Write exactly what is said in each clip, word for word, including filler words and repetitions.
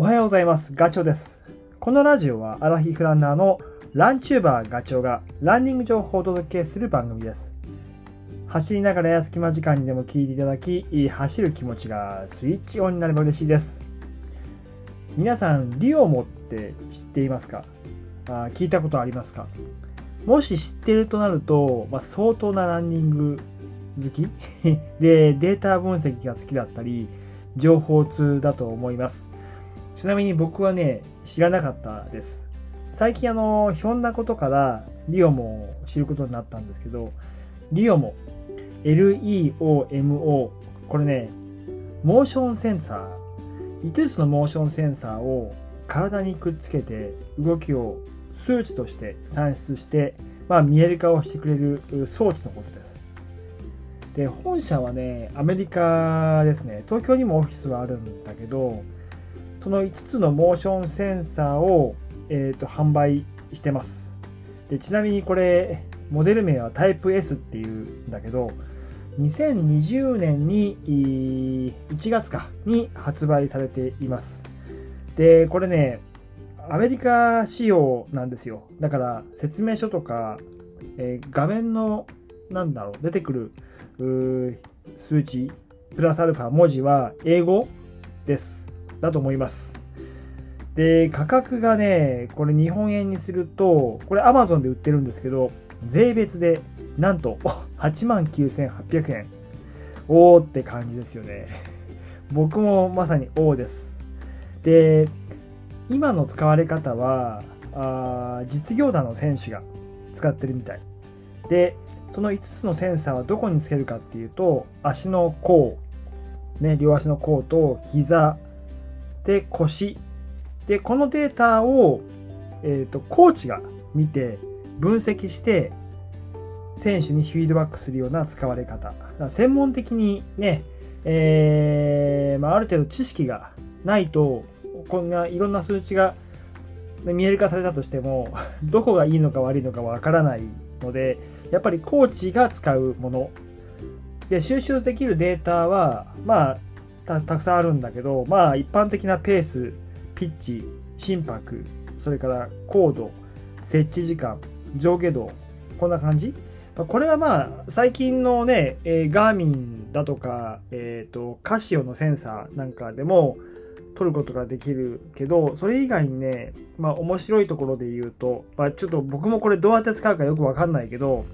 おはようございます。ガチョウです。このラジオはアラヒフランナーのランチューバーガチョウがランニング情報をお届けする番組です。走りながらや隙間時間にでも聞いていただき、走る気持ちがスイッチオンになれば嬉しいです。皆さん、リオモって知っていますか？あ、聞いたことありますか？もし知っているとなると、まあ、相当なランニング好きでデータ分析が好きだったり情報通だと思います。ちなみに僕はね、知らなかったです。最近あのひょんなことからリオモを知ることになったんですけど、リオモ エルイーオーエムオー これね、モーションセンサーいつつのモーションセンサーを体にくっつけて動きを数値として算出して、まあ、見える化をしてくれる装置のことです。で、本社はね、アメリカですね。東京にもオフィスはあるんだけど、そのいつつのモーションセンサーを、えーと、販売してます。で、ちなみにこれ、モデル名はタイプ エス っていうんだけど、にせんにじゅうねんにいちがつかに発売されています。で、これね、アメリカ仕様なんですよ。だから説明書とか、えー、画面のなんだろう出てくる数値プラスアルファ文字は英語ですだと思います。で、価格がね、これ日本円にすると、これ Amazon で売ってるんですけど、税別でなんとはちまんきゅうせんはっぴゃくえん。おーって感じですよね。僕もまさにおーです。で、今の使われ方はあ実業団の選手が使ってるみたいで、そのいつつのセンサーはどこにつけるかっていうと、足の甲、ね、両足の甲と膝で腰で、このデータを、えーと、コーチが見て分析して選手にフィードバックするような使われ方。専門的にね、えーまあ、ある程度知識がないとこんないろんな数値が見える化されたとしてもどこがいいのか悪いのかわからないので、やっぱりコーチが使うもので収集できるデータはまあ た, たくさんあるんだけど、まあ一般的なペース、ピッチ、心拍、それから高度、設置時間、上下動、こんな感じ。これはまあ最近のね、えー、ガーミンだとか、えーと、カシオのセンサーなんかでも取ることができるけど、それ以外にね、まあ面白いところで言うと、まあ、ちょっと僕もこれどうやって使うかよくわかんないけど、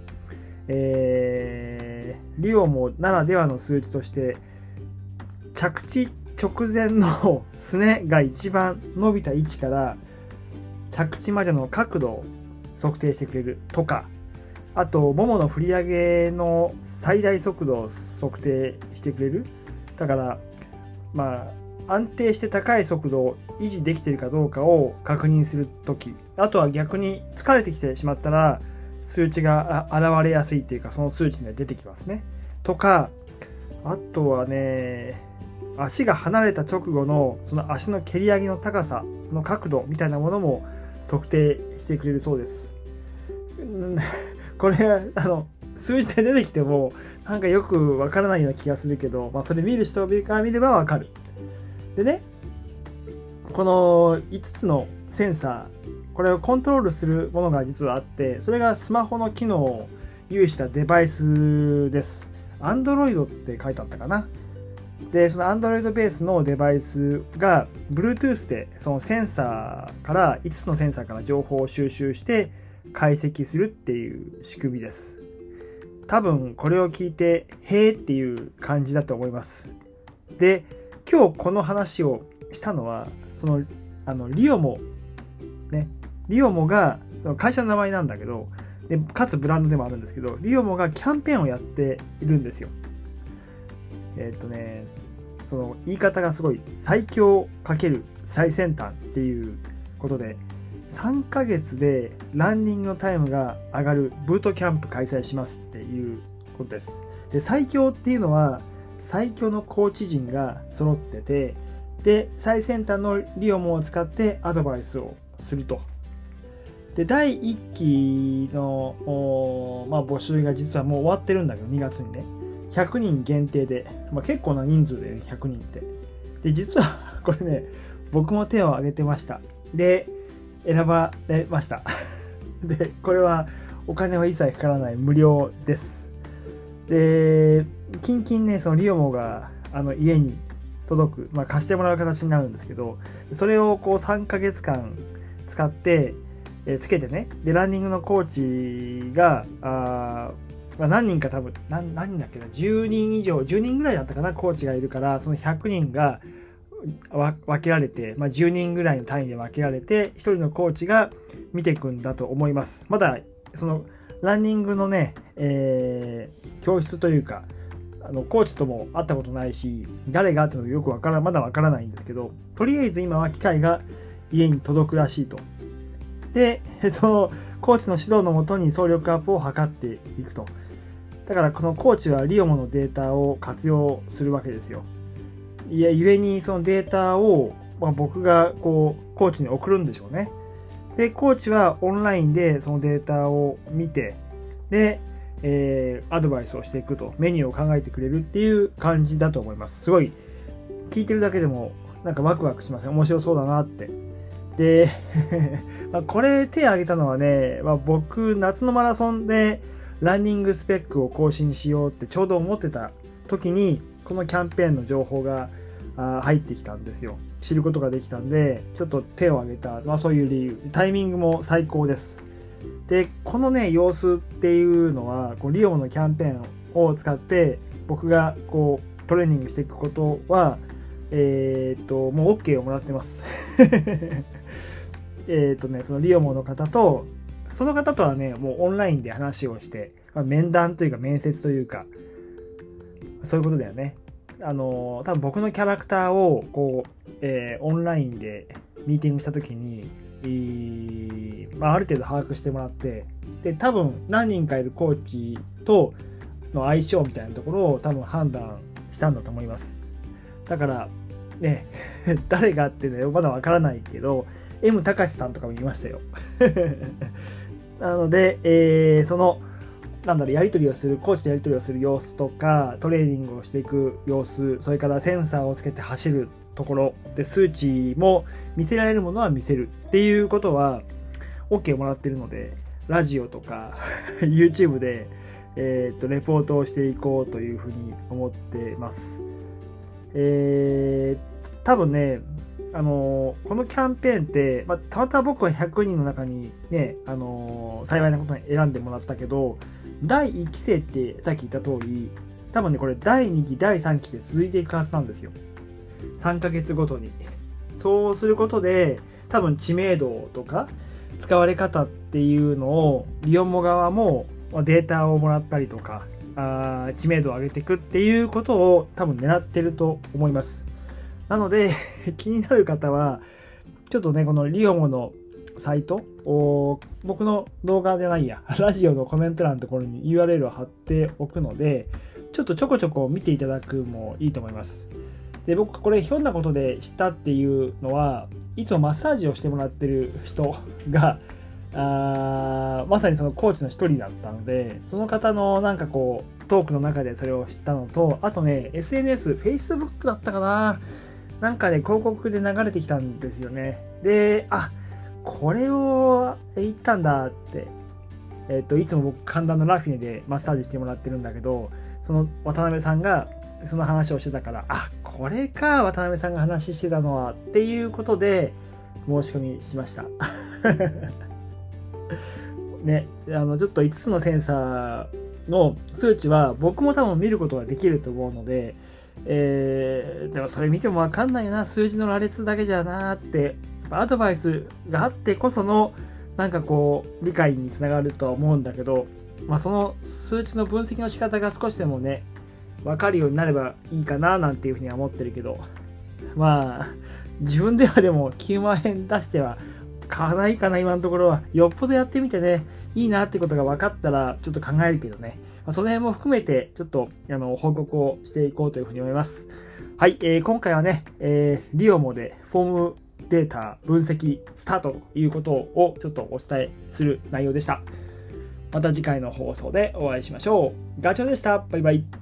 えー、リオモならではの数値として、着地直前のすねが一番伸びた位置から着地までの角度を測定してくれるとか、あとももの振り上げの最大速度を測定してくれる。だからまあ安定して高い速度を維持できているかどうかを確認するとき、あとは逆に疲れてきてしまったら数値が現れやすいっていうか、その数値には出てきますねとか、あとはね、足が離れた直後のその足の蹴り上げの高さの角度みたいなものも測定してくれるそうです。これあの数字で出てきてもなんかよくわからないような気がするけど、まあ、それ見る人から見ればわかる。でね、このいつつのセンサー、これをコントロールするものが実はあって、それがスマホの機能を有したデバイスです。Android って書いてあったかな。で、その Android ベースのデバイスが Bluetooth でそのセンサーからいつつのセンサーから情報を収集して解析するっていう仕組みです。多分これを聞いてへーっていう感じだと思います。で、今日この話をしたのは、そのあのリオモね、リオモが会社の名前なんだけど、でかつブランドでもあるんですけど、リオモがキャンペーンをやっているんですよ。えっとね、その言い方がすごい最強×最先端っていうことで、さんかげつでランニングのタイムが上がるブートキャンプ開催しますっていうことです。で、最強っていうのは最強のコーチ陣が揃ってて、で最先端のリオモを使ってアドバイスをすると。で、だいいっきの、まあ、募集が実はもう終わってるんだけど、にがつにねひゃくにん限定で、まあ、結構な人数でひゃくにんって。で、実はこれね、 僕も手を挙げてました。で、選ばれました。で、これはお金は一切かからない無料です。で、近々ね、そのリオモがあの家に届く、まあ、貸してもらう形になるんですけど、それをこうさんかげつかん使って、えー、つけてね、で、ランニングのコーチが、あまあ、何人か多分、何, 何人だっけな、じゅうにん以上、じゅうにんぐらいだったかな、コーチがいるから、そのひゃくにんが分けられて、まあ、じゅうにんぐらいの単位で分けられて、ひとりのコーチが見ていくんだと思います。まだ、その、ランニングのね、えー、教室というか、あのコーチとも会ったことないし、誰がっていうのよくわからまだわからないんですけど、とりあえず今は機械が家に届くらしいと。で、そのコーチの指導のもとに走力アップを図っていくと。だからこのコーチはリオモのデータを活用するわけですよ。いや、ゆえにそのデータを、まあ、僕がこうコーチに送るんでしょうね。で、コーチはオンラインでそのデータを見て、で、えー、アドバイスをしていくと、メニューを考えてくれるっていう感じだと思います。すごい聞いてるだけでもなんかワクワクしますね。面白そうだなって。で、まあこれ手を挙げたのはね、まあ、僕夏のマラソンでランニングスペックを更新しようってちょうど思ってた時にこのキャンペーンの情報が入ってきたんですよ。知ることができたんで、ちょっと手を挙げた、まあ、そういう理由、タイミングも最高です。で、このね、様子っていうのは、こうリオのキャンペーンを使って、僕がこうトレーニングしていくことは、えっと、もう OK をもらってます。えっとね、そのリオモの方と、その方とはね、もうオンラインで話をして、まあ、面談というか面接というか、そういうことだよね。あの、多分僕のキャラクターを、こう、えー、オンラインでミーティングしたときに、まあ、ある程度把握してもらって、で多分何人かいるコーチとの相性みたいなところを多分判断したんだと思います。だからね、誰がってねまだわからないけど M 高志さんとかもいましたよ。なので、えー、そのなんだろう、やり取りをするコーチとやり取りをする様子とかトレーニングをしていく様子、それからセンサーをつけて走るところで数値も見せられるものは見せるっていうことは OK もらってるので、ラジオとかYouTube で、えー、とレポートをしていこうというふうに思ってます。えー、多分ね、あのー、このキャンペーンって、まあ、たまたま僕はひゃくにんの中にね、あのー、幸いなことに選んでもらったけど、だいいっきせいってさっき言った通り、多分ねこれだいにきだいさんきで続いていくはずなんですよ。さんかげつごとに。そうすることで多分知名度とか使われ方っていうのをリオモ側もデータをもらったりとかあ知名度を上げていくっていうことを多分狙ってると思います。なので気になる方はちょっとねこのリオモのサイトを僕の動画じゃないやラジオのコメント欄のところに ユーアールエル を貼っておくので、ちょっとちょこちょこ見ていただくもいいと思います。で僕これひょんなことで知ったっていうのは、いつもマッサージをしてもらってる人があまさにそのコーチの一人だったので、その方のなんかこうトークの中でそれを知ったのと、あとね エスエヌエス、Facebook だったかな、なんかね広告で流れてきたんですよね。で、あ、これを言ったんだって、えっといつも僕神田のラフィネでマッサージしてもらってるんだけど、その渡辺さんがその話をしてたから、あ、これか渡辺さんが話してたのはっていうことで申し込みしました。ね、あのちょっといつつのセンサーの数値は僕も多分見ることができると思うので、えー、でもそれ見ても分かんないな、数字の羅列だけじゃなーって、アドバイスがあってこそのなんかこう理解につながるとは思うんだけど、まあ、その数値の分析の仕方が少しでもね分かるようになればいいかななんていうふうには思ってるけど、まあ自分ではでもきゅうまんえん出しては買わないかな今のところは。よっぽどやってみてねいいなってことが分かったらちょっと考えるけどね、まあ、その辺も含めてちょっとあの報告をしていこうというふうに思います。はい、えー、今回はね、えー、リオモでフォームデータ分析スタートということをちょっとお伝えする内容でした。また次回の放送でお会いしましょう。ガチョウでした。バイバイ。